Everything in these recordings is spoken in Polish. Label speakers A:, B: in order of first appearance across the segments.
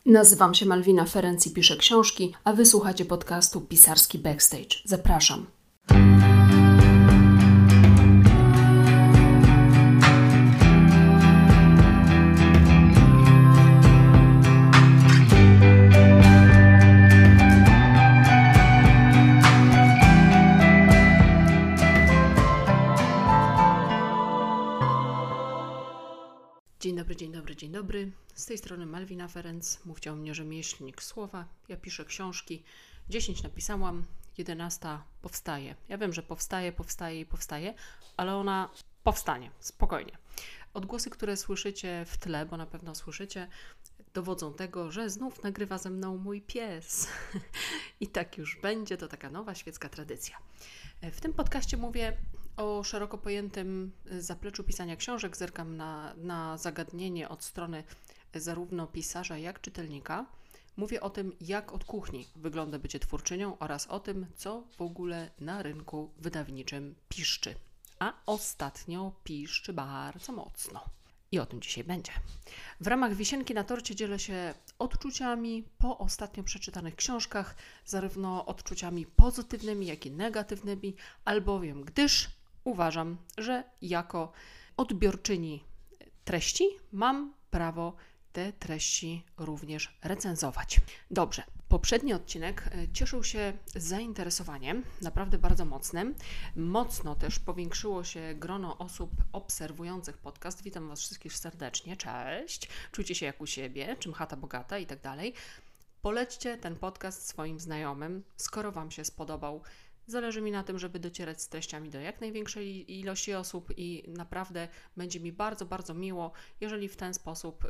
A: Nazywam się Malwina Ferenc i piszę książki, a wy słuchacie podcastu Pisarski Backstage. Zapraszam. Dzień dobry. Z tej strony Malwina Ferenc. Mówcie o mnie rzemieślnik słowa. Ja piszę książki. 10 napisałam, 11 powstaje. Ja wiem, że powstaje, ale ona powstanie. Spokojnie. Odgłosy, które słyszycie w tle, bo na pewno słyszycie, dowodzą tego, że znów nagrywa ze mną mój pies. I tak już będzie. To taka nowa świecka tradycja. W tym podcaście mówię o szeroko pojętym zapleczu pisania książek. Zerkam na zagadnienie od strony zarówno pisarza, jak czytelnika. Mówię o tym, jak od kuchni wygląda bycie twórczynią oraz o tym, co w ogóle na rynku wydawniczym piszczy. A ostatnio piszczy bardzo mocno. I o tym dzisiaj będzie. W ramach wisienki na torcie dzielę się odczuciami po ostatnio przeczytanych książkach, zarówno odczuciami pozytywnymi, jak i negatywnymi, albowiem gdyż uważam, że jako odbiorczyni treści mam prawo te treści również recenzować. Dobrze, poprzedni odcinek cieszył się zainteresowaniem, naprawdę bardzo mocnym. Mocno też powiększyło się grono osób obserwujących podcast. Witam Was wszystkich serdecznie, cześć, czujcie się jak u siebie, czym chata bogata i tak dalej. Polećcie ten podcast swoim znajomym, skoro Wam się spodobał. Zależy mi na tym, żeby docierać z treściami do jak największej ilości osób i naprawdę będzie mi bardzo, bardzo miło, jeżeli w ten sposób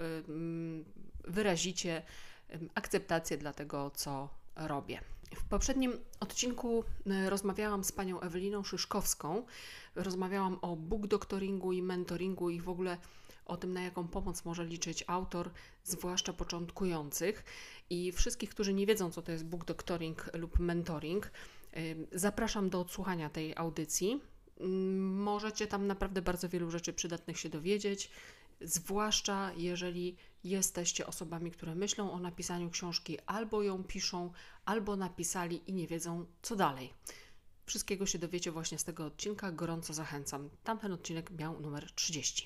A: wyrazicie akceptację dla tego, co robię. W poprzednim odcinku rozmawiałam z panią Eweliną Szyszkowską. Rozmawiałam o book doctoringu i mentoringu i w ogóle o tym, na jaką pomoc może liczyć autor, zwłaszcza początkujących. I wszystkich, którzy nie wiedzą, co to jest book doctoring lub mentoring, zapraszam do odsłuchania tej audycji. Możecie tam naprawdę bardzo wielu rzeczy przydatnych się dowiedzieć, zwłaszcza jeżeli jesteście osobami, które myślą o napisaniu książki, albo ją piszą, albo napisali i nie wiedzą, co dalej. Wszystkiego się dowiecie właśnie z tego odcinka, gorąco zachęcam. Tamten odcinek miał numer 30.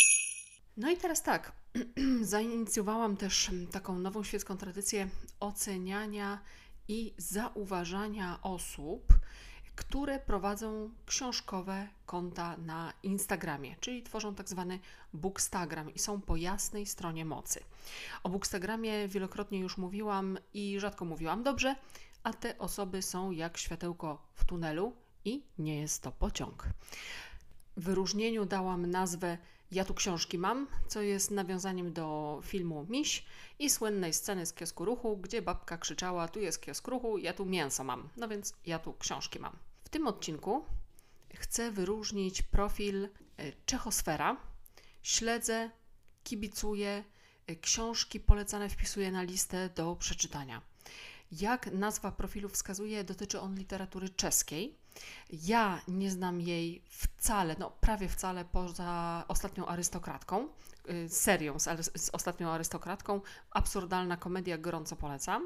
A: No i teraz tak, zainicjowałam też taką nową świecką tradycję oceniania i zauważania osób, które prowadzą książkowe konta na Instagramie, czyli tworzą tak zwany bookstagram i są po jasnej stronie mocy. O bookstagramie wielokrotnie już mówiłam i rzadko mówiłam dobrze, a te osoby są jak światełko w tunelu i nie jest to pociąg. Wyróżnieniu dałam nazwę Ja tu książki mam, co jest nawiązaniem do filmu Miś i słynnej sceny z kiosku ruchu, gdzie babka krzyczała: tu jest kiosk ruchu, ja tu mięso mam, no więc ja tu książki mam. W tym odcinku chcę wyróżnić profil Czechosfera. Śledzę, kibicuję, książki polecane wpisuję na listę do przeczytania. Jak nazwa profilu wskazuje, dotyczy on literatury czeskiej. Ja nie znam jej wcale, prawie wcale poza Ostatnią arystokratką, serią z Ostatnią arystokratką. Absurdalna komedia, gorąco polecam.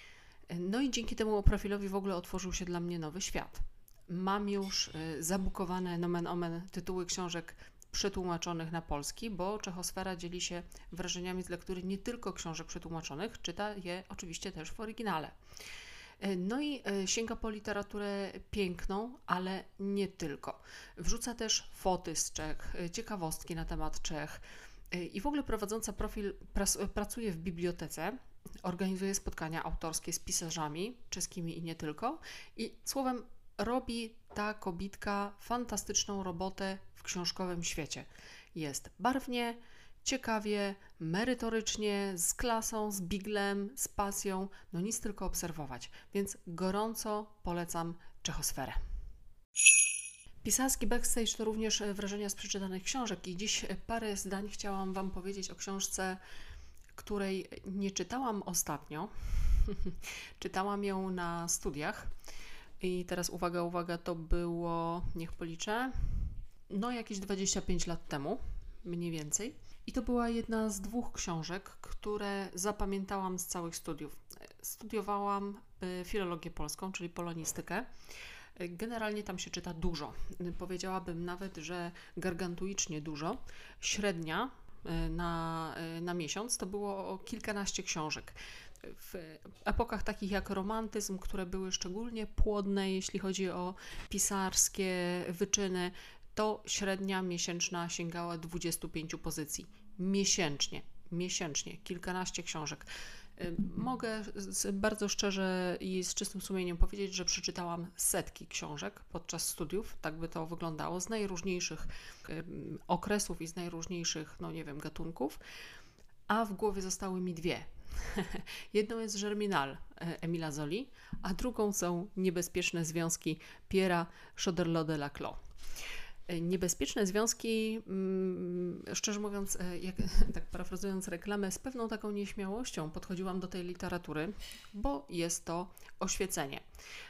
A: No i dzięki temu profilowi w ogóle otworzył się dla mnie nowy świat. Mam już zabukowane nomen omen tytuły książek przetłumaczonych na polski, bo Czechosfera dzieli się wrażeniami z lektury nie tylko książek przetłumaczonych, czyta je oczywiście też w oryginale. No i sięga po literaturę piękną, ale nie tylko. Wrzuca też foty z Czech, ciekawostki na temat Czech i w ogóle prowadząca profil pracuje w bibliotece, organizuje spotkania autorskie z pisarzami czeskimi i nie tylko. I słowem, robi ta kobitka fantastyczną robotę w książkowym świecie. Jest barwnie, ciekawie, merytorycznie, z klasą, z biglem, z pasją, nic tylko obserwować, więc gorąco polecam Czechosferę. Pisarski Backstage to również wrażenia z przeczytanych książek i dziś parę zdań chciałam Wam powiedzieć o książce, której nie czytałam ostatnio. Czytałam ją na studiach i teraz uwaga, to było, niech policzę, jakieś 25 lat temu, mniej więcej. I to była jedna z 2 książek, które zapamiętałam z całych studiów. Studiowałam filologię polską, czyli polonistykę. Generalnie tam się czyta dużo. Powiedziałabym nawet, że gargantuicznie dużo. Średnia na miesiąc to było kilkanaście książek. W epokach takich jak romantyzm, które były szczególnie płodne, jeśli chodzi o pisarskie wyczyny, to średnia miesięczna sięgała 25 pozycji. Miesięcznie, kilkanaście książek. Mogę bardzo szczerze i z czystym sumieniem powiedzieć, że przeczytałam setki książek podczas studiów, tak by to wyglądało, z najróżniejszych okresów i z najróżniejszych, no nie wiem, gatunków, a w głowie zostały mi 2. Jedną jest Germinal Emila Zoli, a drugą są Niebezpieczne związki Pierre'a Choderlos-de-Laclos. Niebezpieczne związki, szczerze mówiąc, tak parafrazując reklamę, z pewną taką nieśmiałością podchodziłam do tej literatury, bo jest to oświecenie.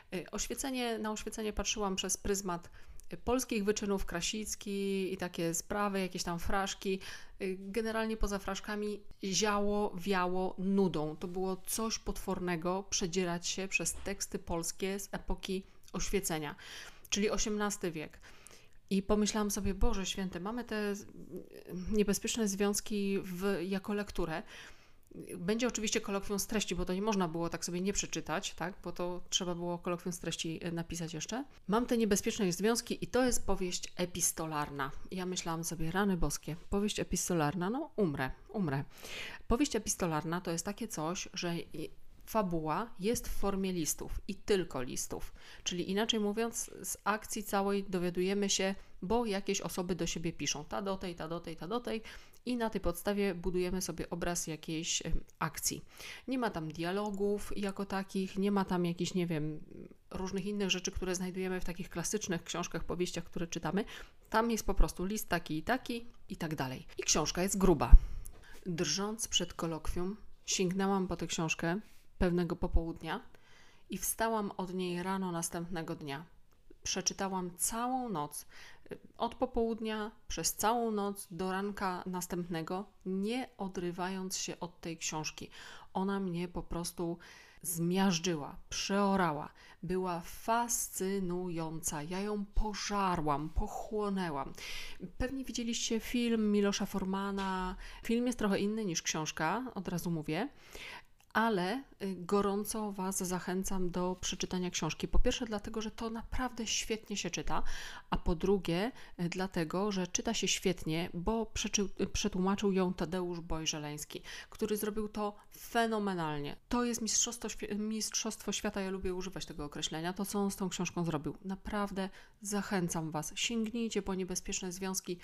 A: Na oświecenie patrzyłam przez pryzmat polskich wyczynów, Krasicki i takie sprawy, jakieś tam fraszki. Generalnie poza fraszkami ziało, wiało nudą. To było coś potwornego przedzierać się przez teksty polskie z epoki oświecenia, czyli XVIII wiek. I pomyślałam sobie, Boże Święty, mamy te niebezpieczne związki jako lekturę. Będzie oczywiście kolokwium z treści, bo to nie można było tak sobie nie przeczytać, tak? Bo to trzeba było kolokwium z treści napisać jeszcze. Mam te niebezpieczne związki i to jest powieść epistolarna. Ja myślałam sobie, rany boskie, powieść epistolarna, no umrę. Powieść epistolarna to jest takie coś, że fabuła jest w formie listów i tylko listów. Czyli inaczej mówiąc, z akcji całej dowiadujemy się, bo jakieś osoby do siebie piszą. Ta do tej i na tej podstawie budujemy sobie obraz jakiejś akcji. Nie ma tam dialogów jako takich, nie ma tam jakichś, nie wiem, różnych innych rzeczy, które znajdujemy w takich klasycznych książkach, powieściach, które czytamy. Tam jest po prostu list taki i tak dalej. I książka jest gruba. Drżąc przed kolokwium, sięgnęłam po tę książkę pewnego popołudnia i wstałam od niej rano następnego dnia. Przeczytałam całą noc, od popołudnia przez całą noc do ranka następnego, nie odrywając się od tej książki. Ona mnie po prostu zmiażdżyła, przeorała. Była fascynująca. Ja ją pożarłam, pochłonęłam. Pewnie widzieliście film Milosza Formana. Film jest trochę inny niż książka, od razu mówię. Ale gorąco Was zachęcam do przeczytania książki. Po pierwsze dlatego, że to naprawdę świetnie się czyta, a po drugie dlatego, że czyta się świetnie, bo przetłumaczył ją Tadeusz Boj-Żeleński, który zrobił to fenomenalnie. To jest mistrzostwo świata, ja lubię używać tego określenia, to co on z tą książką zrobił. Naprawdę zachęcam Was, sięgnijcie po Niebezpieczne związki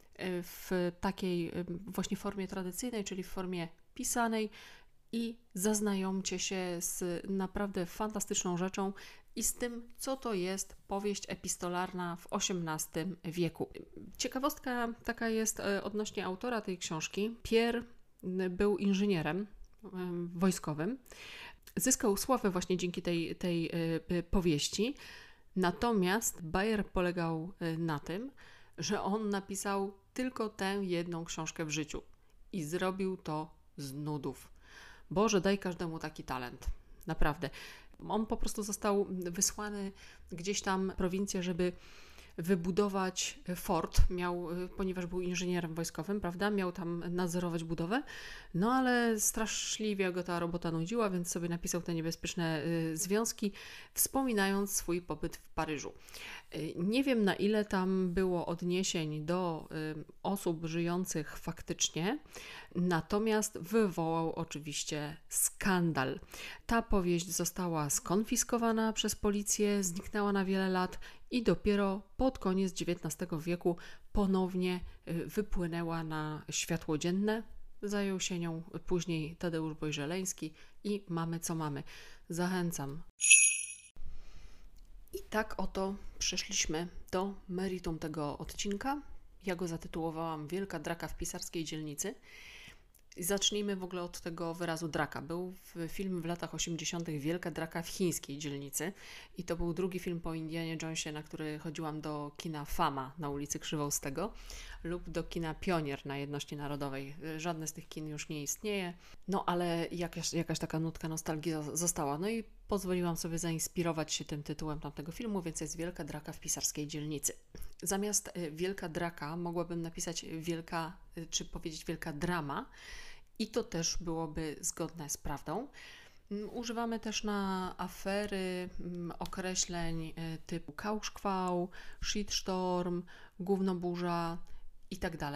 A: w takiej właśnie formie tradycyjnej, czyli w formie pisanej, i zaznajomcie się z naprawdę fantastyczną rzeczą i z tym, co to jest powieść epistolarna w XVIII wieku. Ciekawostka taka jest odnośnie autora tej książki. Pierre był inżynierem wojskowym. Zyskał sławę właśnie dzięki tej powieści. Natomiast bajer polegał na tym, że on napisał tylko tę jedną książkę w życiu i zrobił to z nudów. Boże, daj każdemu taki talent. Naprawdę. On po prostu został wysłany gdzieś tam w prowincję, żeby wybudować fort. Ponieważ był inżynierem wojskowym, prawda? Miał tam nadzorować budowę. No ale straszliwie go ta robota nudziła, więc sobie napisał te niebezpieczne związki, wspominając swój pobyt w Paryżu. Nie wiem, na ile tam było odniesień do osób żyjących faktycznie, natomiast wywołał oczywiście skandal. Ta powieść została skonfiskowana przez policję, zniknęła na wiele lat i dopiero pod koniec XIX wieku ponownie wypłynęła na światło dzienne. Zajął się nią później Tadeusz Boj-Żeleński i mamy co mamy. Zachęcam. I tak oto przeszliśmy do meritum tego odcinka. Ja go zatytułowałam Wielka draka w pisarskiej dzielnicy. I zacznijmy w ogóle od tego wyrazu draka. Był film w latach 80. Wielka draka w chińskiej dzielnicy i to był drugi film po Indianie Jonesie, na który chodziłam do kina Fama na ulicy Krzywoustego. lub do kina Pionier na Jedności Narodowej. Żadne z tych kin już nie istnieje, no ale jakaś taka nutka nostalgii została. No i pozwoliłam sobie zainspirować się tym tytułem tamtego filmu, więc jest Wielka Draka w Pisarskiej Dzielnicy. Zamiast Wielka Draka mogłabym napisać czy powiedzieć Wielka Drama i to też byłoby zgodne z prawdą. Używamy też na afery określeń typu kałszkwał, shitstorm, gównoburza itd.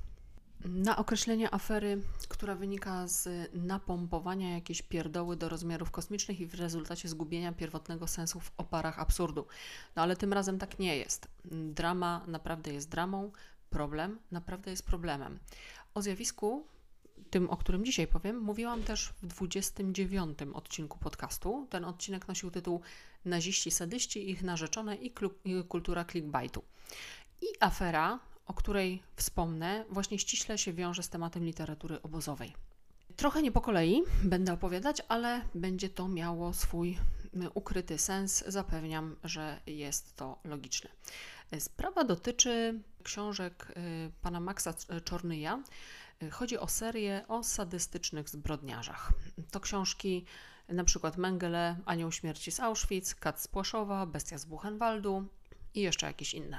A: Na określenie afery, która wynika z napompowania jakiejś pierdoły do rozmiarów kosmicznych i w rezultacie zgubienia pierwotnego sensu w oparach absurdu. No ale tym razem tak nie jest. Drama naprawdę jest dramą, problem naprawdę jest problemem. O zjawisku, tym, o którym dzisiaj powiem, mówiłam też w 29. odcinku podcastu. Ten odcinek nosił tytuł Naziści, sadyści, ich narzeczone i kultura clickbaitu. I afera, o której wspomnę, właśnie ściśle się wiąże z tematem literatury obozowej. Trochę nie po kolei będę opowiadać, ale będzie to miało swój ukryty sens. Zapewniam, że jest to logiczne. Sprawa dotyczy książek pana Maxa Czornyja. Chodzi o serię o sadystycznych zbrodniarzach. To książki na przykład Mengele, Anioł śmierci z Auschwitz, Kat z Płaszowa, Bestia z Buchenwaldu i jeszcze jakieś inne.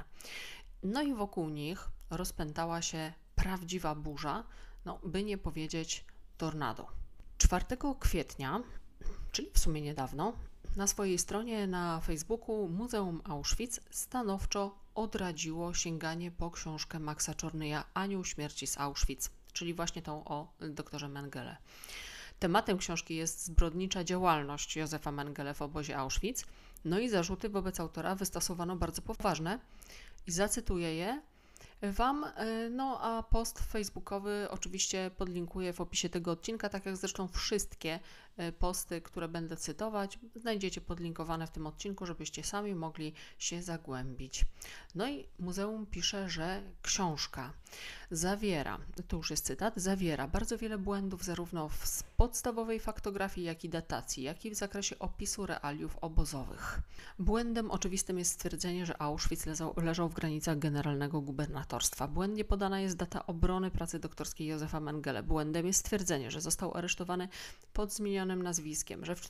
A: No i wokół nich rozpętała się prawdziwa burza, no by nie powiedzieć tornado. 4 kwietnia, czyli w sumie niedawno, na swojej stronie na Facebooku Muzeum Auschwitz stanowczo odradziło sięganie po książkę Maxa Czornyja Anioł śmierci z Auschwitz, czyli właśnie tą o doktorze Mengele. Tematem książki jest zbrodnicza działalność Józefa Mengele w obozie Auschwitz, no i zarzuty wobec autora wystosowano bardzo poważne i zacytuję je Wam, no a post facebookowy oczywiście podlinkuję w opisie tego odcinka, tak jak zresztą wszystkie posty, które będę cytować, znajdziecie podlinkowane w tym odcinku, żebyście sami mogli się zagłębić. No i muzeum pisze, że książka zawiera, to już jest cytat, zawiera bardzo wiele błędów zarówno w podstawowej faktografii, jak i datacji, jak i w zakresie opisu realiów obozowych. Błędem oczywistym jest stwierdzenie, że Auschwitz leżał w granicach generalnego gubernatorstwa. Błędnie podana jest data obrony pracy doktorskiej Józefa Mengele. Błędem jest stwierdzenie, że został aresztowany pod zmienionym nazwiskiem, że w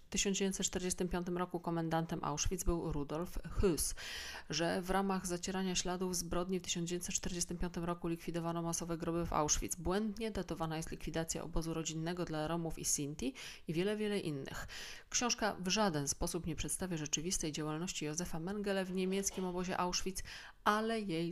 A: 1945 roku komendantem Auschwitz był Rudolf Höss, że w ramach zacierania śladów zbrodni w 1945 roku likwidowano masowe groby w Auschwitz. Błędnie datowana jest likwidacja obozu rodzinnego dla Romów i Sinti i wiele innych. Książka w żaden sposób nie przedstawia rzeczywistej działalności Józefa Mengele w niemieckim obozie Auschwitz, ale jej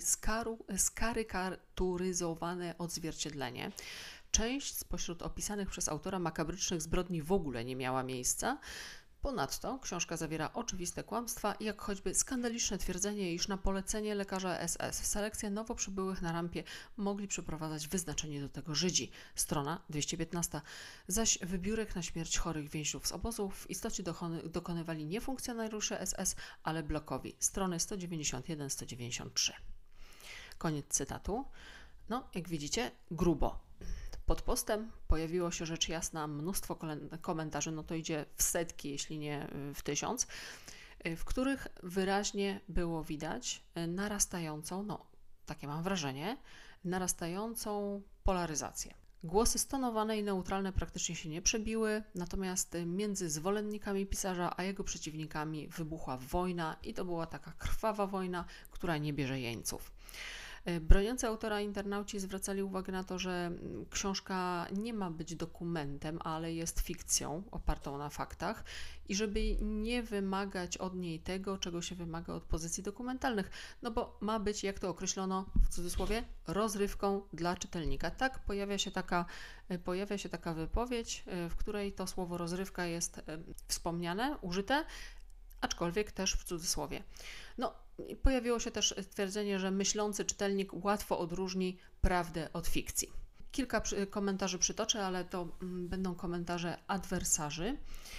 A: skarykaturyzowane odzwierciedlenie. Część spośród opisanych przez autora makabrycznych zbrodni w ogóle nie miała miejsca. Ponadto książka zawiera oczywiste kłamstwa, jak choćby skandaliczne twierdzenie, iż na polecenie lekarza SS selekcję nowo przybyłych na rampie mogli przeprowadzać wyznaczeni do tego Żydzi. Strona 215. Zaś wybiórek na śmierć chorych więźniów z obozów w istocie dokonywali nie funkcjonariusze SS, ale blokowi. Strony 191-193. Koniec cytatu. No, jak widzicie, grubo. Pod postem pojawiło się rzecz jasna mnóstwo komentarzy, no to idzie w setki, jeśli nie w 1000, w których wyraźnie było widać narastającą, no takie mam wrażenie, narastającą polaryzację. Głosy stonowane i neutralne praktycznie się nie przebiły, natomiast między zwolennikami pisarza a jego przeciwnikami wybuchła wojna i to była taka krwawa wojna, która nie bierze jeńców. Broniący autora internauci zwracali uwagę na to, że książka nie ma być dokumentem, ale jest fikcją opartą na faktach i żeby nie wymagać od niej tego, czego się wymaga od pozycji dokumentalnych, no bo ma być, jak to określono w cudzysłowie, rozrywką dla czytelnika. Tak, pojawia się taka wypowiedź, w której to słowo rozrywka jest wspomniane, użyte, aczkolwiek też w cudzysłowie. No, pojawiło się też stwierdzenie, że myślący czytelnik łatwo odróżni prawdę od fikcji. Kilka komentarzy przytoczę, ale to będą komentarze adwersarzy.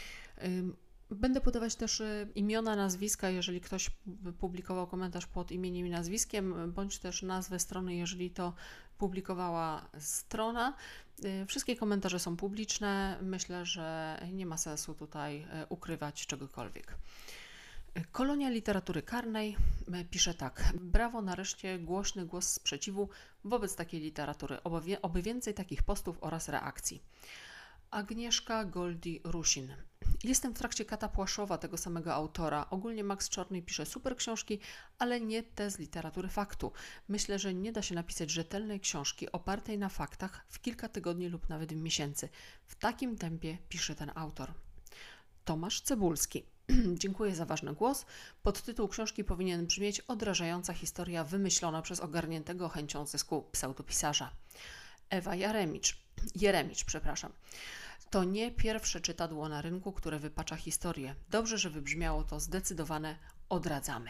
A: Będę podawać też imiona, nazwiska, jeżeli ktoś publikował komentarz pod imieniem i nazwiskiem, bądź też nazwę strony, jeżeli to publikowała strona. Wszystkie komentarze są publiczne. Myślę, że nie ma sensu tutaj ukrywać czegokolwiek. Kolonia Literatury Karnej pisze tak. Brawo, nareszcie głośny głos sprzeciwu wobec takiej literatury. Oby więcej takich postów oraz reakcji. Agnieszka Goldi-Rusin. Jestem w trakcie Kata Płaszowa, tego samego autora. Ogólnie Max Czorny pisze super książki, ale nie te z literatury faktu. Myślę, że nie da się napisać rzetelnej książki opartej na faktach w kilka tygodni lub nawet w miesięcy. W takim tempie pisze ten autor. Tomasz Cebulski. Dziękuję za ważny głos. Podtytuł książki powinien brzmieć Odrażająca historia wymyślona przez ogarniętego chęcią zysku pseudopisarza. Ewa Jeremicz. To nie pierwsze czytadło na rynku, które wypacza historię. Dobrze, że wybrzmiało to zdecydowane odradzamy.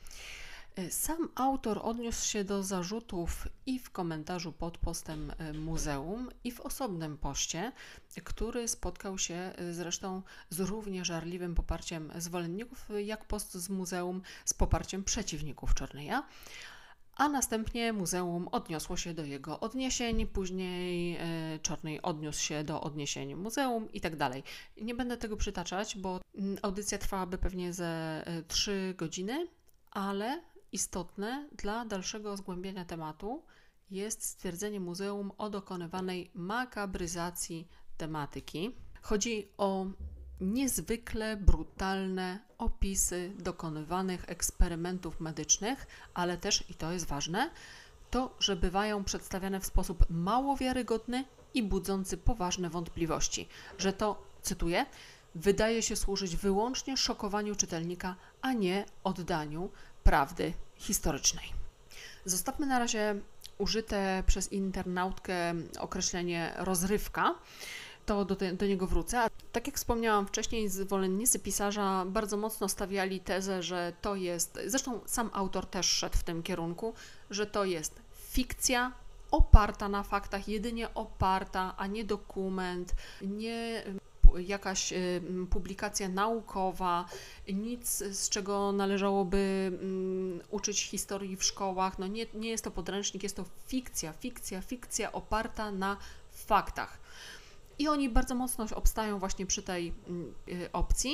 A: Sam autor odniósł się do zarzutów i w komentarzu pod postem muzeum, i w osobnym poście, który spotkał się zresztą z równie żarliwym poparciem zwolenników, jak post z muzeum z poparciem przeciwników Czorneja. A następnie muzeum odniosło się do jego odniesień, później Czornej odniósł się do odniesień muzeum i tak dalej. Nie będę tego przytaczać, bo audycja trwałaby pewnie ze 3 godziny, ale istotne dla dalszego zgłębienia tematu jest stwierdzenie muzeum o dokonywanej makabryzacji tematyki. Chodzi o niezwykle brutalne opisy dokonywanych eksperymentów medycznych, ale też, i to jest ważne, to, że bywają przedstawiane w sposób mało wiarygodny i budzący poważne wątpliwości, że to, cytuję, wydaje się służyć wyłącznie szokowaniu czytelnika, a nie oddaniu prawdy historycznej. Zostawmy na razie użyte przez internautkę określenie rozrywka, to do niego wrócę. A tak jak wspomniałam wcześniej, zwolennicy pisarza bardzo mocno stawiali tezę, że to jest, zresztą sam autor też szedł w tym kierunku, że to jest fikcja oparta na faktach, jedynie oparta, a nie dokument, nie jakaś publikacja naukowa, nic, z czego należałoby uczyć historii w szkołach. No nie jest to podręcznik, jest to fikcja oparta na faktach. I oni bardzo mocno obstają właśnie przy tej opcji.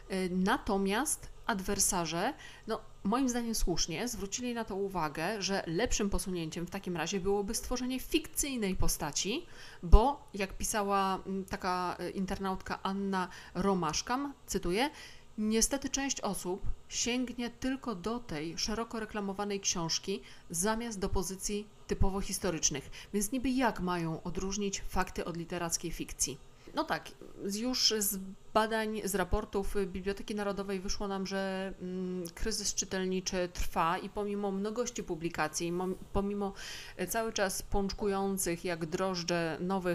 A: Natomiast adwersarze, no moim zdaniem słusznie, zwrócili na to uwagę, że lepszym posunięciem w takim razie byłoby stworzenie fikcyjnej postaci, bo jak pisała taka internautka Anna Romaszkam, cytuję, niestety część osób sięgnie tylko do tej szeroko reklamowanej książki zamiast do pozycji typowo historycznych. Więc niby jak mają odróżnić fakty od literackiej fikcji? No tak, już z badań, z raportów Biblioteki Narodowej wyszło nam, że kryzys czytelniczy trwa i pomimo mnogości publikacji, pomimo cały czas pączkujących jak drożdże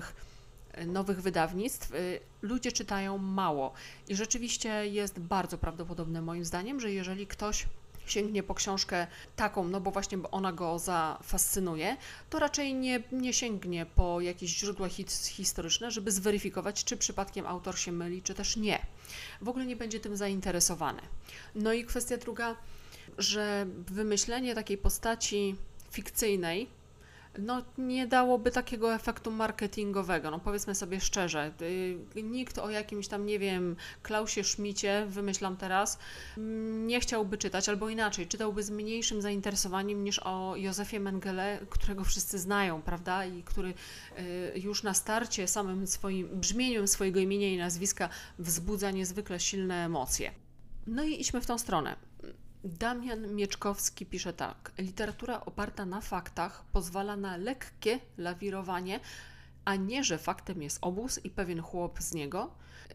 A: nowych wydawnictw, ludzie czytają mało. I rzeczywiście jest bardzo prawdopodobne moim zdaniem, że jeżeli ktoś sięgnie po książkę taką, no bo właśnie ona go zafascynuje, to raczej nie sięgnie po jakieś źródła historyczne, żeby zweryfikować, czy przypadkiem autor się myli, czy też nie. W ogóle nie będzie tym zainteresowany. No i kwestia druga, że wymyślenie takiej postaci fikcyjnej no nie dałoby takiego efektu marketingowego, no powiedzmy sobie szczerze, nikt o jakimś tam, nie wiem, Klausie Schmidcie, wymyślam teraz, nie chciałby czytać, albo inaczej, czytałby z mniejszym zainteresowaniem niż o Józefie Mengele, którego wszyscy znają, prawda, i który już na starcie samym swoim brzmieniem swojego imienia i nazwiska wzbudza niezwykle silne emocje. No i idźmy w tą stronę. Damian Mieczkowski pisze tak. Literatura oparta na faktach pozwala na lekkie lawirowanie, a nie, że faktem jest obóz i pewien chłop z niego.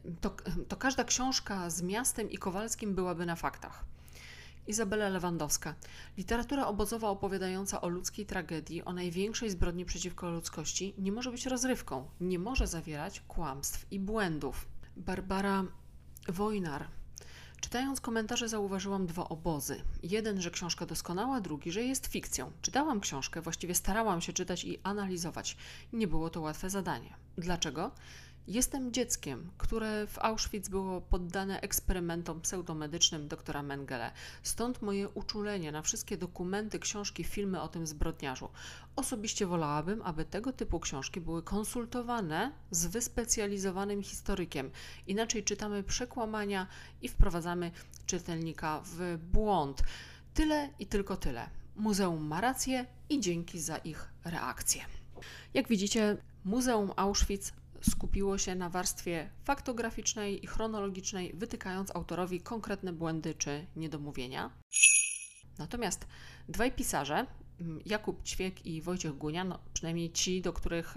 A: To każda książka z Miastem i Kowalskim byłaby na faktach. Izabela Lewandowska. Literatura obozowa opowiadająca o ludzkiej tragedii, o największej zbrodni przeciwko ludzkości nie może być rozrywką, nie może zawierać kłamstw i błędów. Barbara Wojnar. Czytając komentarze zauważyłam 2 obozy. Jeden, że książka doskonała, drugi, że jest fikcją. Czytałam książkę, właściwie starałam się czytać i analizować. Nie było to łatwe zadanie. Dlaczego? Jestem dzieckiem, które w Auschwitz było poddane eksperymentom pseudomedycznym doktora Mengele. Stąd moje uczulenie na wszystkie dokumenty, książki, filmy o tym zbrodniarzu. Osobiście wolałabym, aby tego typu książki były konsultowane z wyspecjalizowanym historykiem. Inaczej czytamy przekłamania i wprowadzamy czytelnika w błąd. Tyle i tylko tyle. Muzeum ma rację i dzięki za ich reakcję. Jak widzicie, Muzeum Auschwitz skupiło się na warstwie faktograficznej i chronologicznej, wytykając autorowi konkretne błędy czy niedomówienia. Natomiast dwaj pisarze, Jakub Ćwiek i Wojciech Gunia, no przynajmniej ci, do których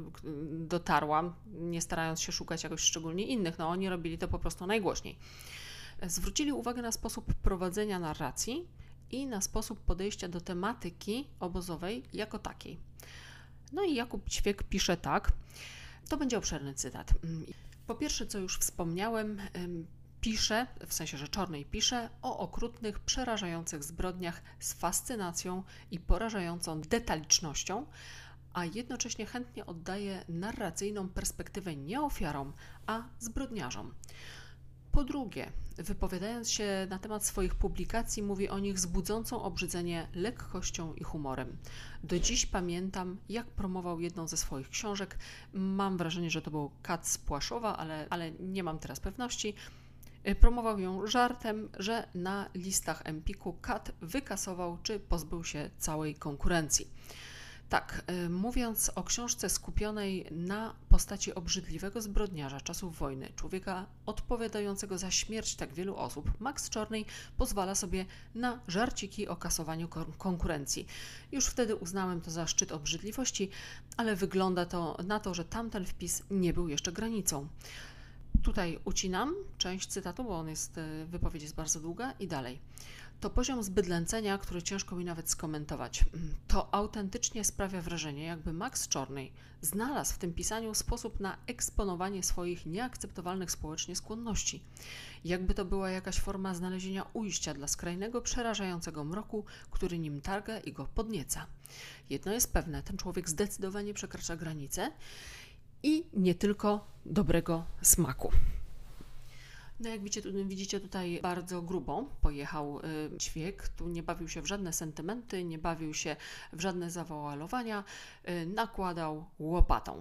A: dotarłam, nie starając się szukać jakoś szczególnie innych, no oni robili to po prostu najgłośniej, zwrócili uwagę na sposób prowadzenia narracji i na sposób podejścia do tematyki obozowej jako takiej. No i Jakub Ćwiek pisze tak, to będzie obszerny cytat. Po pierwsze, co już wspomniałem, pisze, w sensie, że Czornej pisze o okrutnych, przerażających zbrodniach z fascynacją i porażającą detalicznością, a jednocześnie chętnie oddaje narracyjną perspektywę nie ofiarom, a zbrodniarzom. Po drugie, wypowiadając się na temat swoich publikacji, mówi o nich z budzącą obrzydzenie lekkością i humorem. Do dziś pamiętam, jak promował jedną ze swoich książek. Mam wrażenie, że to był Kat z Płaszowa, ale nie mam teraz pewności. Promował ją żartem, że na listach Empiku Kat wykasował czy pozbył się całej konkurencji. Tak, mówiąc o książce skupionej na postaci obrzydliwego zbrodniarza czasów wojny, człowieka odpowiadającego za śmierć tak wielu osób, Max Czornej pozwala sobie na żarciki o kasowaniu konkurencji. Już wtedy uznałem to za szczyt obrzydliwości, ale wygląda to na to, że tamten wpis nie był jeszcze granicą. Tutaj ucinam część cytatu, bo wypowiedź jest bardzo długa i dalej. To poziom zbydlęcenia, który ciężko mi nawet skomentować. To autentycznie sprawia wrażenie, jakby Max Czornej znalazł w tym pisaniu sposób na eksponowanie swoich nieakceptowalnych społecznie skłonności. Jakby to była jakaś forma znalezienia ujścia dla skrajnego, przerażającego mroku, który nim targa i go podnieca. Jedno jest pewne, ten człowiek zdecydowanie przekracza granice i nie tylko dobrego smaku. No jak widzicie tutaj bardzo grubo pojechał Ćwiek, tu nie bawił się w żadne sentymenty, nie bawił się w żadne zawoalowania, nakładał łopatą.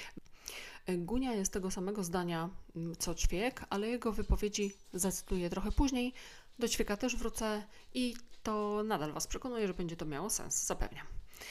A: Gunia jest tego samego zdania co Ćwiek, ale jego wypowiedzi zacytuję trochę później. Do Ćwieka też wrócę i to nadal Was przekonuje, że będzie to miało sens, zapewniam.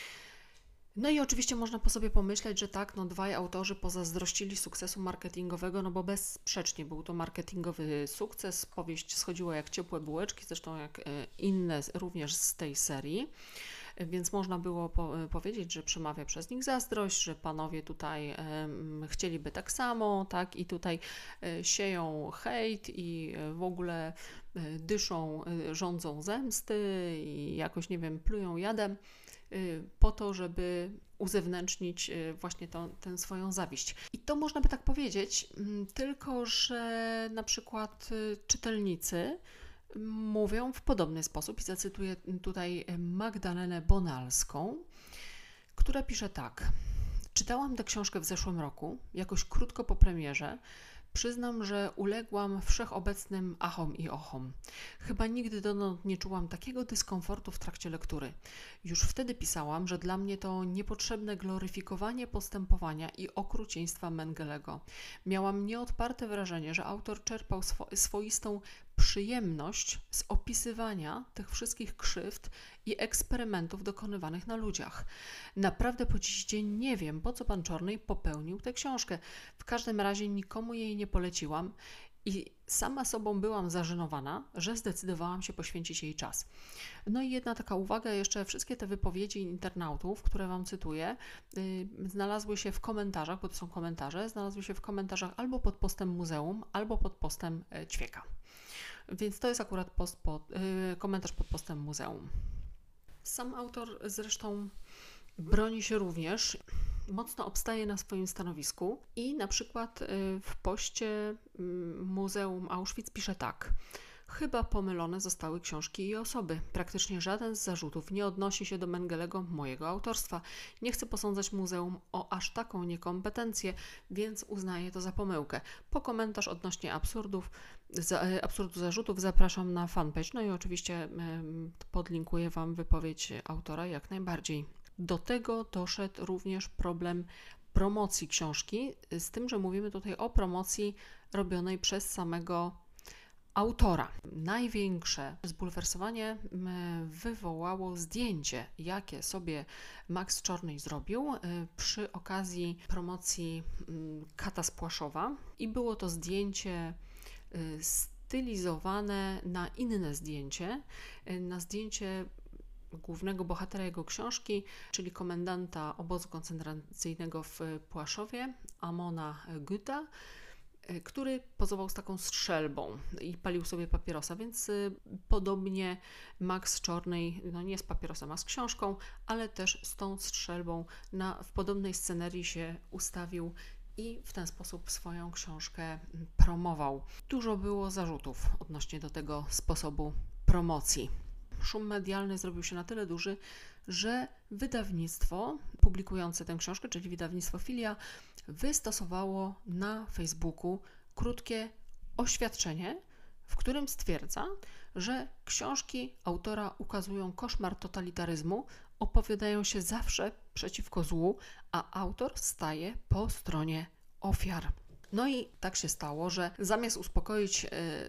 A: No i oczywiście można po sobie pomyśleć, że tak, dwaj autorzy pozazdrościli sukcesu marketingowego, bo bezsprzecznie był to marketingowy sukces, powieść schodziła jak ciepłe bułeczki, zresztą jak inne również z tej serii, więc można było powiedzieć, że przemawia przez nich zazdrość, że panowie tutaj chcieliby tak samo, tak, i tutaj sieją hejt i w ogóle dyszą żądzą zemsty i jakoś, nie wiem, plują jadem, po to, żeby uzewnętrznić właśnie tę swoją zawiść. I to można by tak powiedzieć, tylko że na przykład czytelnicy mówią w podobny sposób i zacytuję tutaj Magdalenę Bonalską, która pisze tak. Czytałam tę książkę w zeszłym roku, jakoś krótko po premierze. Przyznam, że uległam wszechobecnym achom i ochom. Chyba nigdy dotąd nie czułam takiego dyskomfortu w trakcie lektury. Już wtedy pisałam, że dla mnie to niepotrzebne gloryfikowanie postępowania i okrucieństwa Mengelego. Miałam nieodparte wrażenie, że autor czerpał swoistą przyjemność z opisywania tych wszystkich krzywd i eksperymentów dokonywanych na ludziach. Naprawdę po dziś dzień nie wiem, po co pan Czornej popełnił tę książkę. W każdym razie nikomu jej nie poleciłam i sama sobą byłam zażenowana, że zdecydowałam się poświęcić jej czas. No i jedna taka uwaga, jeszcze wszystkie te wypowiedzi internautów, które Wam cytuję, znalazły się w komentarzach, bo to są komentarze, znalazły się w komentarzach albo pod postem muzeum, albo pod postem Ćwieka. Więc to jest akurat komentarz pod postem muzeum. Sam autor zresztą broni się również, mocno obstaje na swoim stanowisku i na przykład w poście Muzeum Auschwitz pisze tak. Chyba pomylone zostały książki i osoby. Praktycznie żaden z zarzutów nie odnosi się do Mengelego, mojego autorstwa. Nie chcę posądzać muzeum o aż taką niekompetencję, więc uznaję to za pomyłkę. Po komentarz odnośnie absurdu zarzutów zapraszam na fanpage. No i oczywiście podlinkuję Wam wypowiedź autora jak najbardziej. Do tego doszedł również problem promocji książki, z tym, że mówimy tutaj o promocji robionej przez samego autora. Największe zbulwersowanie wywołało zdjęcie, jakie sobie Max Czorny zrobił przy okazji promocji Kata z Płaszowa i było to zdjęcie stylizowane na inne zdjęcie, na zdjęcie głównego bohatera jego książki, czyli komendanta obozu koncentracyjnego w Płaszowie, Amona Goetha, który pozował z taką strzelbą i palił sobie papierosa, więc podobnie Max Czorny, no nie z papierosem, a z książką, ale też z tą strzelbą w podobnej scenerii się ustawił i w ten sposób swoją książkę promował. Dużo było zarzutów odnośnie do tego sposobu promocji. Szum medialny zrobił się na tyle duży, że wydawnictwo publikujące tę książkę, czyli wydawnictwo Filia, wystosowało na Facebooku krótkie oświadczenie, w którym stwierdza, że książki autora ukazują koszmar totalitaryzmu, opowiadają się zawsze przeciwko złu, a autor staje po stronie ofiar. No i tak się stało, że zamiast uspokoić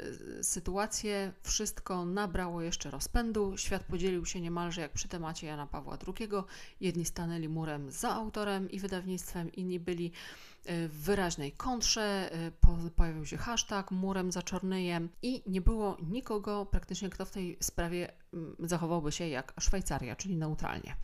A: sytuację, wszystko nabrało jeszcze rozpędu. Świat podzielił się niemalże jak przy temacie Jana Pawła II. Jedni stanęli murem za autorem i wydawnictwem, inni byli w wyraźnej kontrze. Pojawił się hashtag murem za Czornyjem i nie było nikogo praktycznie, kto w tej sprawie zachowałby się jak Szwajcaria, czyli neutralnie.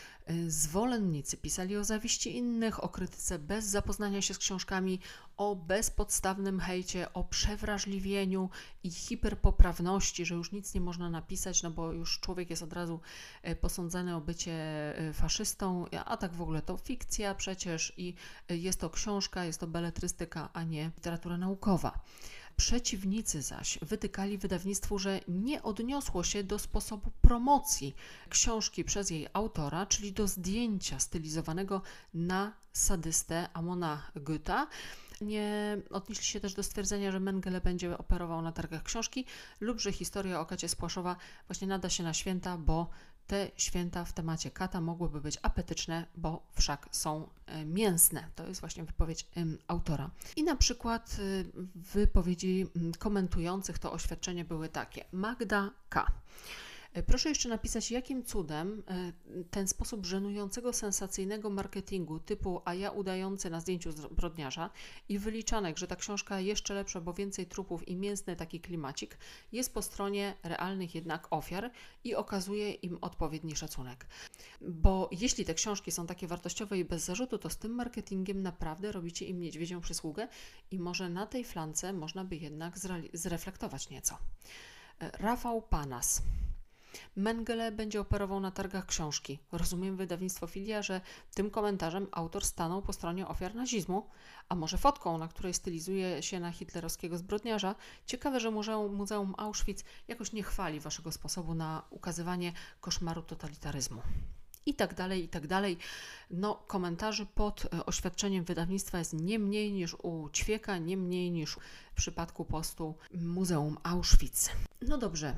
A: Zwolennicy pisali o zawiści innych, o krytyce bez zapoznania się z książkami, o bezpodstawnym hejcie, o przewrażliwieniu i hiperpoprawności, że już nic nie można napisać, no bo już człowiek jest od razu posądzany o bycie faszystą, a tak w ogóle to fikcja przecież i jest to książka, jest to beletrystyka, a nie literatura naukowa. Przeciwnicy zaś wytykali wydawnictwu, że nie odniosło się do sposobu promocji książki przez jej autora, czyli do zdjęcia stylizowanego na sadystę Amona Goetha. Nie odnieśli się też do stwierdzenia, że Mengele będzie operował na targach książki lub że historia o Kacie z Płaszowa właśnie nada się na święta, bo te święta w temacie kata mogłyby być apetyczne, bo wszak są mięsne. To jest właśnie wypowiedź autora. I na przykład wypowiedzi komentujących to oświadczenie były takie. Magda K. Proszę jeszcze napisać, jakim cudem ten sposób żenującego, sensacyjnego marketingu typu a ja udający na zdjęciu zbrodniarza i wyliczanek, że ta książka jeszcze lepsza, bo więcej trupów i mięsny taki klimacik, jest po stronie realnych jednak ofiar i okazuje im odpowiedni szacunek. Bo jeśli te książki są takie wartościowe i bez zarzutu, to z tym marketingiem naprawdę robicie im niedźwiedzią przysługę i może na tej flance można by jednak zreflektować nieco. Rafał Panas. Mengele będzie operował na targach książki. Rozumiem wydawnictwo Filia, że tym komentarzem autor stanął po stronie ofiar nazizmu, a może fotką, na której stylizuje się na hitlerowskiego zbrodniarza. Ciekawe, że Muzeum Auschwitz jakoś nie chwali waszego sposobu na ukazywanie koszmaru totalitaryzmu. I tak dalej, i tak dalej. No, komentarzy pod oświadczeniem wydawnictwa jest nie mniej niż u Ćwieka, nie mniej niż w przypadku postu Muzeum Auschwitz. No dobrze.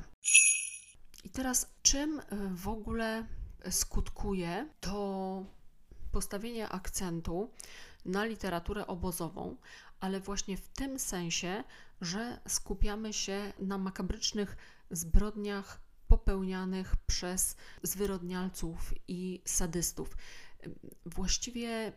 A: I teraz czym w ogóle skutkuje to postawienie akcentu na literaturę obozową, ale właśnie w tym sensie, że skupiamy się na makabrycznych zbrodniach popełnianych przez zwyrodnialców i sadystów. Właściwie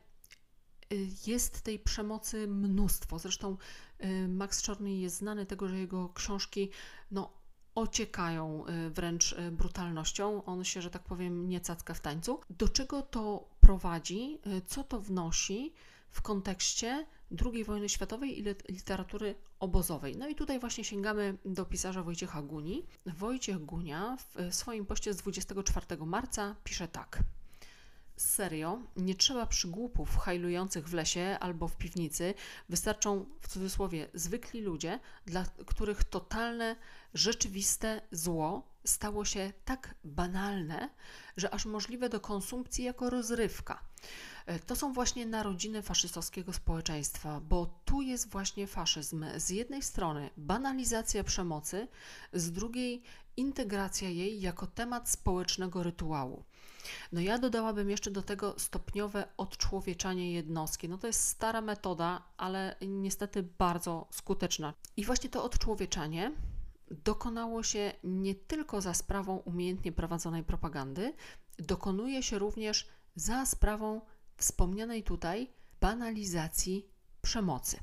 A: jest tej przemocy mnóstwo. Zresztą Max Czorny jest znany tego, że jego książki ociekają wręcz brutalnością. On się, że tak powiem, nie cacka w tańcu. Do czego to prowadzi? Co to wnosi w kontekście II wojny światowej i literatury obozowej? No i tutaj właśnie sięgamy do pisarza Wojciecha Guni. Wojciech Gunia w swoim poście z 24 marca pisze tak. Serio, nie trzeba przygłupów hajlujących w lesie albo w piwnicy, wystarczą w cudzysłowie zwykli ludzie, dla których totalne rzeczywiste zło stało się tak banalne, że aż możliwe do konsumpcji jako rozrywka. To są właśnie narodziny faszystowskiego społeczeństwa, bo tu jest właśnie faszyzm. Z jednej strony banalizacja przemocy, z drugiej integracja jej jako temat społecznego rytuału. No ja dodałabym jeszcze do tego stopniowe odczłowieczanie jednostki. No to jest stara metoda, ale niestety bardzo skuteczna. I właśnie to odczłowieczanie dokonało się nie tylko za sprawą umiejętnie prowadzonej propagandy, dokonuje się również za sprawą wspomnianej tutaj banalizacji przemocy.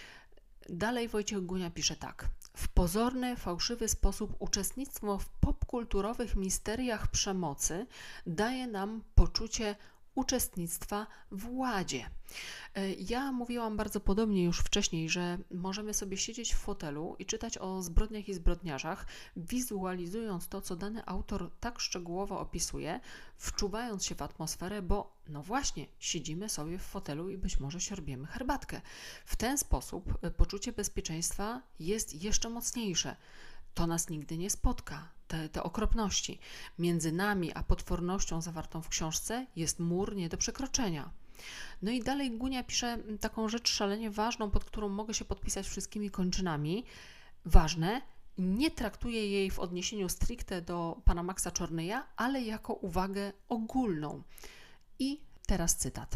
A: Dalej Wojciech Gunia pisze tak. W pozorny, fałszywy sposób uczestnictwo w popkulturowych misteriach przemocy daje nam poczucie uczestnictwa w ładzie. Ja mówiłam bardzo podobnie już wcześniej, że możemy sobie siedzieć w fotelu i czytać o zbrodniach i zbrodniarzach, wizualizując to, co dany autor tak szczegółowo opisuje, wczuwając się w atmosferę, bo no właśnie, siedzimy sobie w fotelu i być może siorbiemy herbatkę. W ten sposób poczucie bezpieczeństwa jest jeszcze mocniejsze. To nas nigdy nie spotka, te okropności. Między nami a potwornością zawartą w książce jest mur nie do przekroczenia. No i dalej Gunia pisze taką rzecz szalenie ważną, pod którą mogę się podpisać wszystkimi kończynami. Ważne, nie traktuje jej w odniesieniu stricte do pana Maxa Czornyja, ale jako uwagę ogólną. I teraz cytat.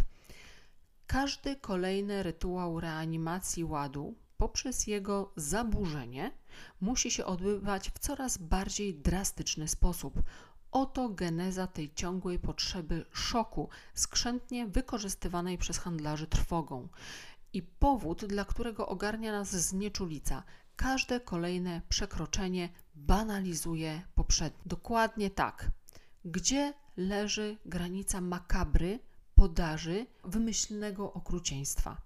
A: Każdy kolejny rytuał reanimacji ładu poprzez jego zaburzenie musi się odbywać w coraz bardziej drastyczny sposób. Oto geneza tej ciągłej potrzeby szoku, skrzętnie wykorzystywanej przez handlarzy trwogą. I powód, dla którego ogarnia nas znieczulica. Każde kolejne przekroczenie banalizuje poprzednie. Dokładnie tak. Gdzie leży granica makabry, podaży, wymyślnego okrucieństwa?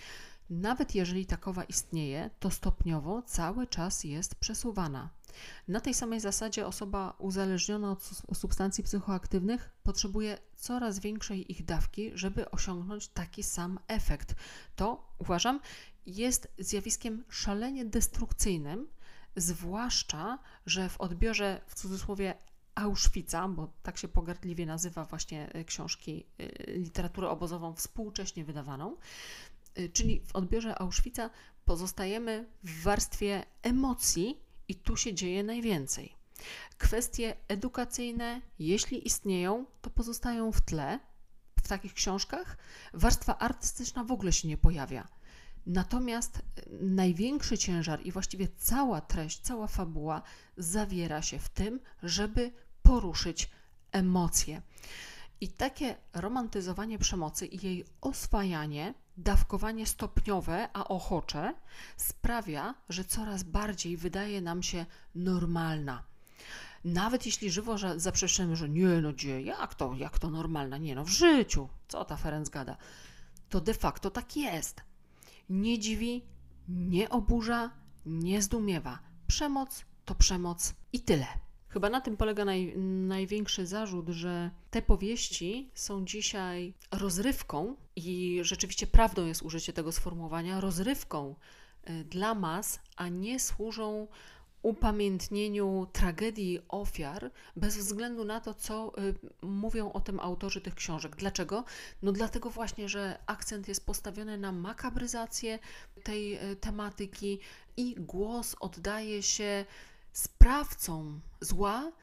A: Nawet jeżeli takowa istnieje, to stopniowo cały czas jest przesuwana. Na tej samej zasadzie osoba uzależniona od substancji psychoaktywnych potrzebuje coraz większej ich dawki, żeby osiągnąć taki sam efekt. To, uważam, jest zjawiskiem szalenie destrukcyjnym, zwłaszcza, że w odbiorze, w cudzysłowie, Auschwitza, bo tak się pogardliwie nazywa właśnie książki, literaturę obozową współcześnie wydawaną, czyli w odbiorze Auschwitza pozostajemy w warstwie emocji i tu się dzieje najwięcej. Kwestie edukacyjne, jeśli istnieją, to pozostają w tle w takich książkach. Warstwa artystyczna w ogóle się nie pojawia. Natomiast największy ciężar i właściwie cała treść, cała fabuła zawiera się w tym, żeby poruszyć emocje. I takie romantyzowanie przemocy i jej oswajanie, dawkowanie stopniowe, a ochocze sprawia, że coraz bardziej wydaje nam się normalna. Nawet jeśli żywo zaprzeczymy, że nie, no gdzie, jak to normalna, nie no, w życiu, co ta Ferenc gada, to de facto tak jest. Nie dziwi, nie oburza, nie zdumiewa. Przemoc to przemoc i tyle. Chyba na tym polega największy zarzut, że te powieści są dzisiaj rozrywką i rzeczywiście prawdą jest użycie tego sformułowania, rozrywką dla mas, a nie służą upamiętnieniu tragedii ofiar bez względu na to, co mówią o tym autorzy tych książek. Dlaczego? No dlatego właśnie, że akcent jest postawiony na makabryzację tej tematyki i głos oddaje się sprawcom zła,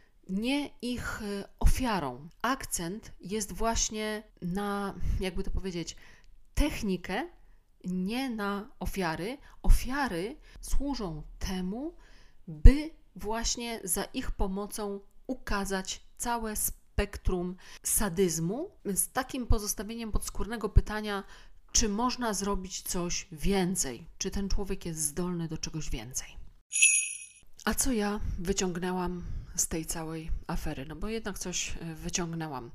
A: nie ich ofiarom. Akcent jest właśnie na, jakby to powiedzieć, technikę, nie na ofiary. Ofiary służą temu, by właśnie za ich pomocą ukazać całe spektrum sadyzmu, z takim pozostawieniem podskórnego pytania, czy można zrobić coś więcej, czy ten człowiek jest zdolny do czegoś więcej. A co ja wyciągnęłam z tej całej afery? No bo jednak coś wyciągnęłam.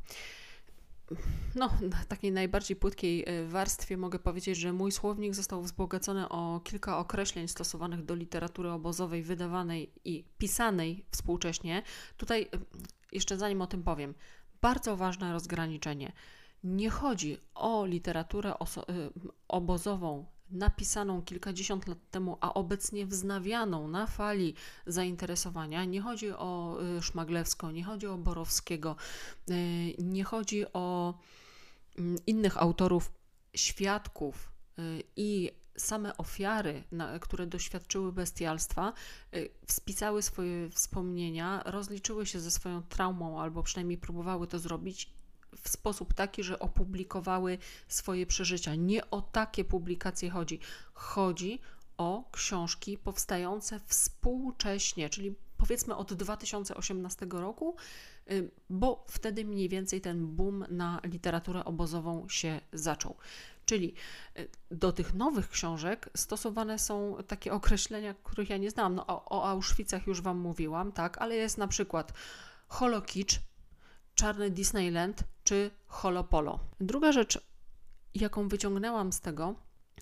A: No, na takiej najbardziej płytkiej warstwie mogę powiedzieć, że mój słownik został wzbogacony o kilka określeń stosowanych do literatury obozowej, wydawanej i pisanej współcześnie. Tutaj, jeszcze zanim o tym powiem, bardzo ważne rozgraniczenie. Nie chodzi o literaturę obozową napisaną kilkadziesiąt lat temu, a obecnie wznawianą na fali zainteresowania. Nie chodzi o Szmaglewską, nie chodzi o Borowskiego, nie chodzi o innych autorów, świadków i same ofiary, które doświadczyły bestialstwa, spisały swoje wspomnienia, rozliczyły się ze swoją traumą albo przynajmniej próbowały to zrobić w sposób taki, że opublikowały swoje przeżycia. Nie o takie publikacje chodzi. Chodzi o książki powstające współcześnie, czyli powiedzmy od 2018 roku, bo wtedy mniej więcej ten boom na literaturę obozową się zaczął. Czyli do tych nowych książek stosowane są takie określenia, których ja nie znam. No, o Auschwitzach już Wam mówiłam, tak, ale jest na przykład holokicz, czarny Disneyland czy holopolo. Druga rzecz, jaką wyciągnęłam z tego,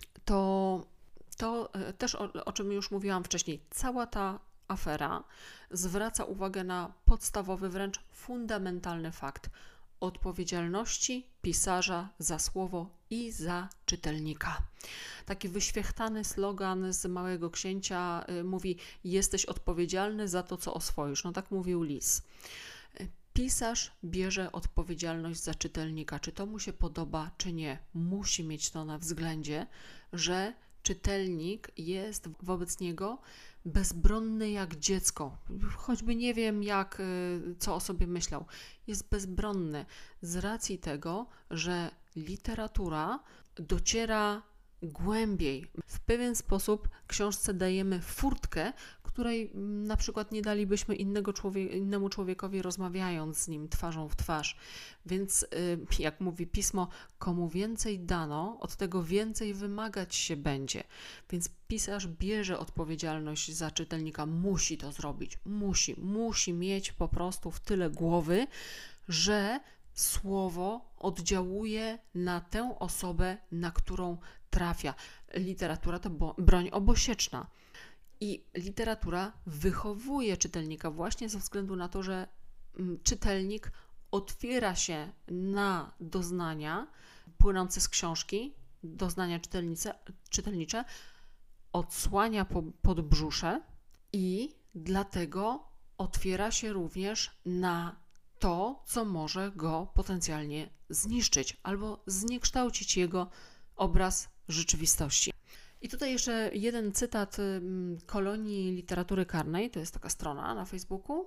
A: to też o czym już mówiłam wcześniej. Cała ta afera zwraca uwagę na podstawowy, wręcz fundamentalny fakt odpowiedzialności pisarza za słowo i za czytelnika. Taki wyświechtany slogan z Małego Księcia mówi: jesteś odpowiedzialny za to, co oswoisz. No tak mówił Lis. Pisarz bierze odpowiedzialność za czytelnika. Czy to mu się podoba, czy nie. Musi mieć to na względzie, że czytelnik jest wobec niego bezbronny jak dziecko. Choćby nie wiem, co o sobie myślał. Jest bezbronny z racji tego, że literatura dociera głębiej. W pewien sposób książce dajemy furtkę, której na przykład nie dalibyśmy innemu człowiekowi, rozmawiając z nim twarzą w twarz. Więc jak mówi pismo, komu więcej dano, od tego więcej wymagać się będzie. Więc pisarz bierze odpowiedzialność za czytelnika, musi to zrobić, musi mieć po prostu w tyle głowy, że słowo oddziałuje na tę osobę, na którą trafia. Literatura to broń obosieczna. I literatura wychowuje czytelnika właśnie ze względu na to, że czytelnik otwiera się na doznania płynące z książki, doznania czytelnicze, odsłania podbrzusze i dlatego otwiera się również na to, co może go potencjalnie zniszczyć albo zniekształcić jego obraz rzeczywistości. I tutaj jeszcze jeden cytat Kolonii Literatury Karnej, to jest taka strona na Facebooku.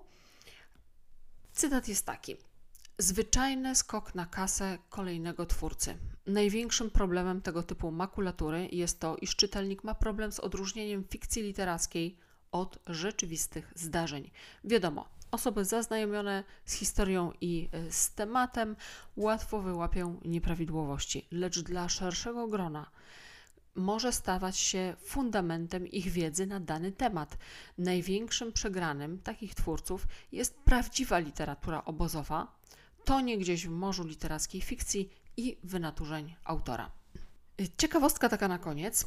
A: Cytat jest taki: zwyczajny skok na kasę kolejnego twórcy. Największym problemem tego typu makulatury jest to, iż czytelnik ma problem z odróżnieniem fikcji literackiej od rzeczywistych zdarzeń. Wiadomo, osoby zaznajomione z historią i z tematem łatwo wyłapią nieprawidłowości, lecz dla szerszego grona może stawać się fundamentem ich wiedzy na dany temat. Największym przegranym takich twórców jest prawdziwa literatura obozowa, tonie gdzieś w morzu literackiej fikcji i wynaturzeń autora. Ciekawostka taka na koniec.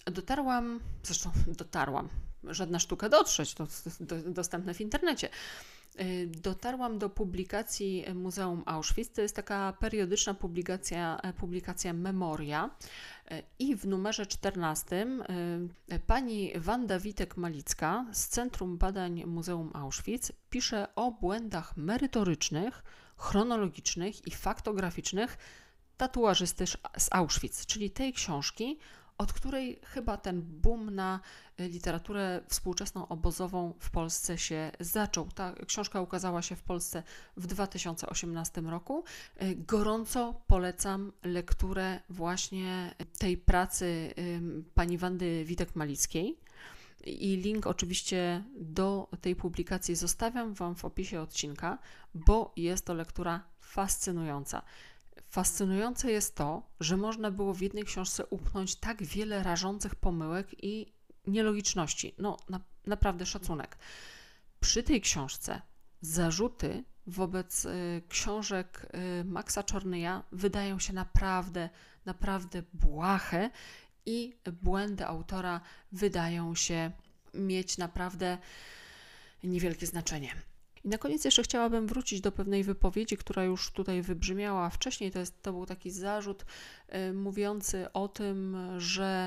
A: Dotarłam, żadna sztuka dotrzeć, to dostępne w internecie. Dotarłam do publikacji Muzeum Auschwitz. To jest taka periodyczna publikacja Memoria i w numerze 14 pani Wanda Witek-Malicka z Centrum Badań Muzeum Auschwitz pisze o błędach merytorycznych, chronologicznych i faktograficznych tatuażysty z Auschwitz, czyli tej książki, od której chyba ten boom na literaturę współczesną obozową w Polsce się zaczął. Ta książka ukazała się w Polsce w 2018 roku. Gorąco polecam lekturę właśnie tej pracy pani Wandy Witek-Malickiej. I link oczywiście do tej publikacji zostawiam Wam w opisie odcinka, bo jest to lektura fascynująca. Fascynujące jest to, że można było w jednej książce upchnąć tak wiele rażących pomyłek i nielogiczności. No, naprawdę szacunek. Przy tej książce zarzuty wobec książek Maxa Czornyja wydają się naprawdę błahe i błędy autora wydają się mieć naprawdę niewielkie znaczenie. I na koniec jeszcze chciałabym wrócić do pewnej wypowiedzi, która już tutaj wybrzmiała wcześniej. To był taki zarzut mówiący o tym, że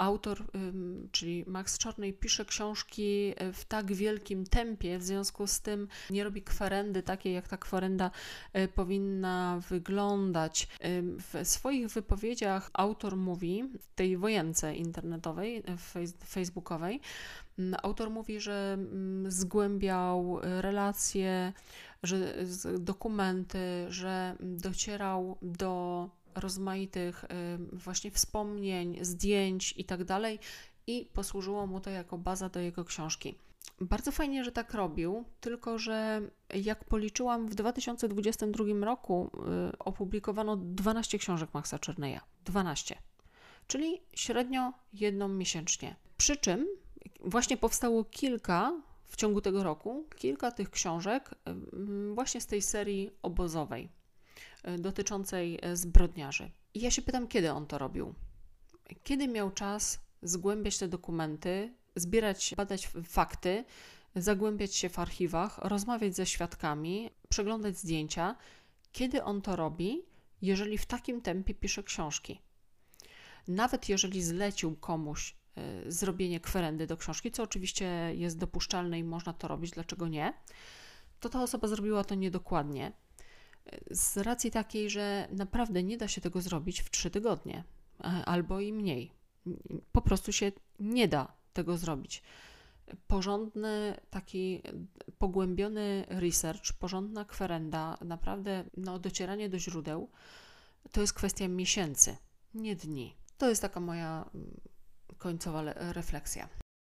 A: autor, czyli Max Czarnej, pisze książki w tak wielkim tempie, w związku z tym nie robi kwerendy takiej, jak ta kwerenda powinna wyglądać. W swoich wypowiedziach autor mówi, w tej wojence internetowej, facebookowej, autor mówi, że zgłębiał relacje, dokumenty, że docierał do rozmaitych właśnie wspomnień, zdjęć i tak dalej i posłużyło mu to jako baza do jego książki. Bardzo fajnie, że tak robił, tylko że jak policzyłam, w 2022 roku opublikowano 12 książek Maxa Czarneya. 12. Czyli średnio jedną miesięcznie. Przy czym właśnie powstało w ciągu tego roku, kilka tych książek właśnie z tej serii obozowej, dotyczącej zbrodniarzy. I ja się pytam, kiedy on to robił? Kiedy miał czas zgłębiać te dokumenty, badać fakty, zagłębiać się w archiwach, rozmawiać ze świadkami, przeglądać zdjęcia? Kiedy on to robi, jeżeli w takim tempie pisze książki? Nawet jeżeli zlecił komuś zrobienie kwerendy do książki, co oczywiście jest dopuszczalne i można to robić, dlaczego nie, to ta osoba zrobiła to niedokładnie. Z racji takiej, że naprawdę nie da się tego zrobić w 3 tygodnie albo i mniej. Po prostu się nie da tego zrobić. Porządny, taki pogłębiony research, porządna kwerenda, naprawdę docieranie do źródeł, to jest kwestia miesięcy, nie dni. To jest taka moja końcowa refleksja.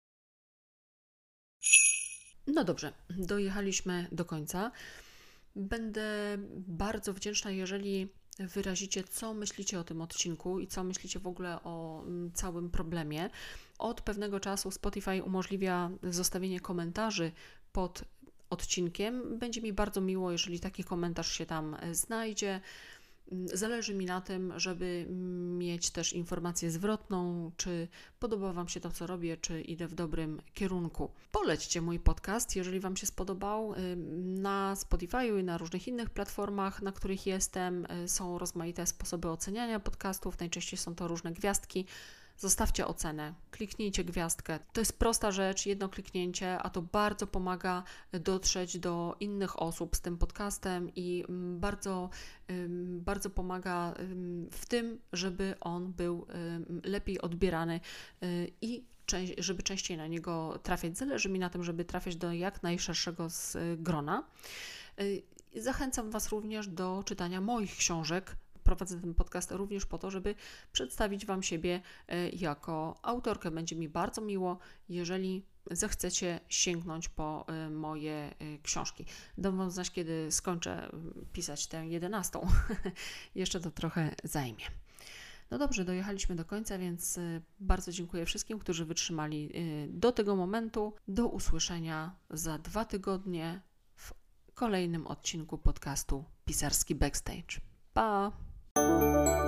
A: No dobrze, dojechaliśmy do końca. Będę bardzo wdzięczna, jeżeli wyrazicie, co myślicie o tym odcinku i co myślicie w ogóle o całym problemie. Od pewnego czasu Spotify umożliwia zostawienie komentarzy pod odcinkiem. Będzie mi bardzo miło, jeżeli taki komentarz się tam znajdzie. Zależy mi na tym, żeby mieć też informację zwrotną, czy podoba Wam się to, co robię, czy idę w dobrym kierunku. Polećcie mój podcast, jeżeli Wam się spodobał. Na Spotify'u i na różnych innych platformach, na których jestem, są rozmaite sposoby oceniania podcastów. Najczęściej są to różne gwiazdki. Zostawcie ocenę, kliknijcie gwiazdkę. To jest prosta rzecz, jedno kliknięcie, a to bardzo pomaga dotrzeć do innych osób z tym podcastem i bardzo pomaga w tym, żeby on był lepiej odbierany i żeby częściej na niego trafiać. Zależy mi na tym, żeby trafiać do jak najszerszego z grona. Zachęcam Was również do czytania moich książek. Prowadzę ten podcast również po to, żeby przedstawić Wam siebie jako autorkę. Będzie mi bardzo miło, jeżeli zechcecie sięgnąć po moje książki. Dam Wam znać, kiedy skończę pisać tę 11. Jeszcze to trochę zajmie. No dobrze, dojechaliśmy do końca, więc bardzo dziękuję wszystkim, którzy wytrzymali do tego momentu. Do usłyszenia za 2 tygodnie w kolejnym odcinku podcastu Pisarski Backstage. Pa!